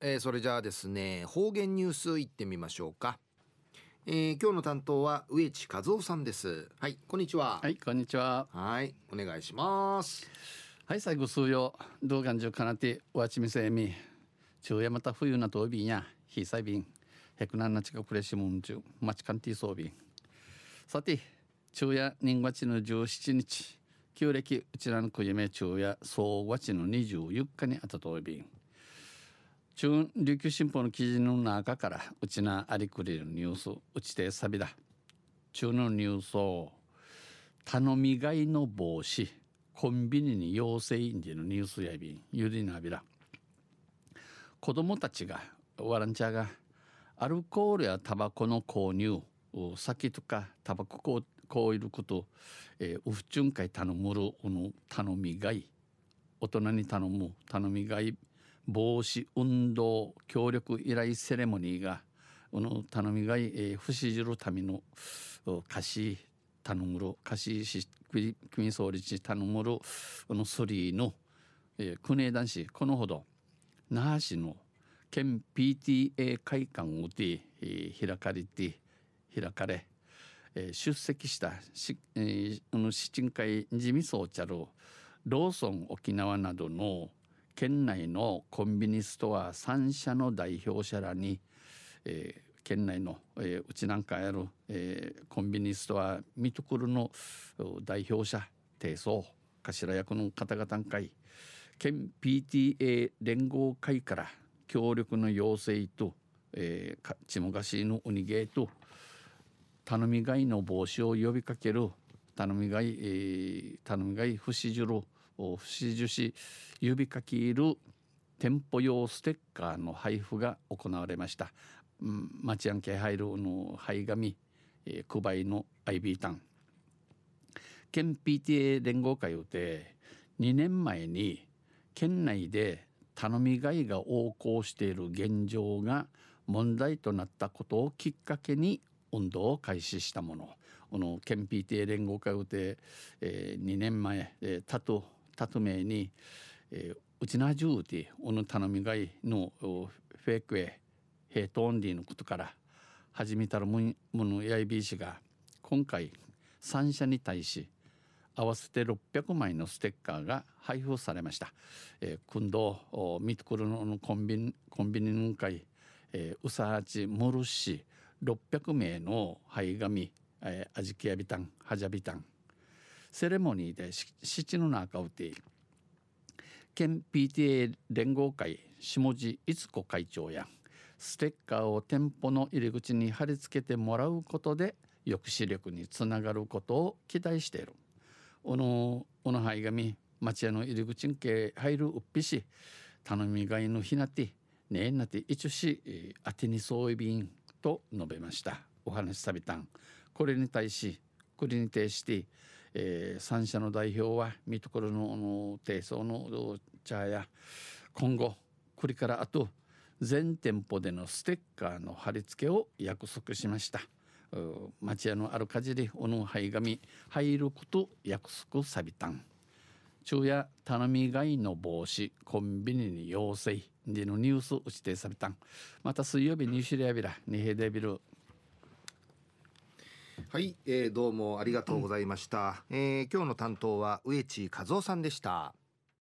それじゃあですね、方言ニュースいってみましょうか。今日の担当は植地和夫さんです。はい、こんにちは。 はい、こんにちは。 はい、お願いします。 はい、最後数曜動画中かなてわちみせみ昼夜また冬なとびんやひさいびんヘクナンなちかくれしもんじゅまちかんていそうびんさて昼夜人月の17日旧暦うちらのくゆめ昼夜総月の24日にあたとびん中琉球新報の記事の中からうちなありくりのニュースうちてさびだ中のニュースを頼みがいの防止コンビニに要請員でのニュースやびんゆりなびら子どもたちがワランチャーがアルコールやタバコの購入酒とかタバコこういること、うふちゅんかい頼むる頼みがい大人に頼む頼みがい防止運動協力依頼セレモニーが頼みがい、不死じるための貸し頼むる貸し組総理地頼むるスリーの、国営男子このほど那覇市の県 PTA 会館をで、開かれ、出席した市鎮会自民総チャルローソン沖縄などの県内のコンビニストア3社の代表者らに、県内の、うちなんかやる、コンビニストアミトクルの代表者提訴頭役の方々会県 PTA 連合会から協力の要請と、ちもがしのおにげと頼みがいの防止を呼びかける頼みがい不死じる不死樹し呼びかける店舗用ステッカーの配布が行われました。町案系入るの灰紙、配りの IB タン県 PTA 連合会で2年前に県内で頼みがいが横行している現状が問題となったことをきっかけに運動を開始したもの。県 PTA 連合会で、2年前、たと名に、うちなじゅうて頼みがいのフェイクへヘイトオンディのことから始めたるものやいびしが今回3社に対し合わせて600枚のステッカーが配布されました。今度ミトクルのコンビニの会、うさはちむるし600名の灰紙、あじきやびたんはじゃびたんセレモニーで七の中うて県 PTA 連合会下地逸子会長やステッカーを店舗の入り口に貼り付けてもらうことで抑止力につながることを期待している。灰紙町屋の入り口に入るうっぴし頼みがいのひなてねえなていちゅしあてにそういびんと述べました。お話しさびたんこれに対し国に対して、3社の代表は見ところの提訴の茶や今後これからあと全店舗でのステッカーの貼り付けを約束しました。町屋のあるかじり灰紙入ること約束さびたん昼夜頼みがいの防止コンビニに要請でのニュース打ちてさびたんまた水曜日にシリアビラにへでびる。 はい、どうもありがとうございました。今日の担当は植地和夫さんでした。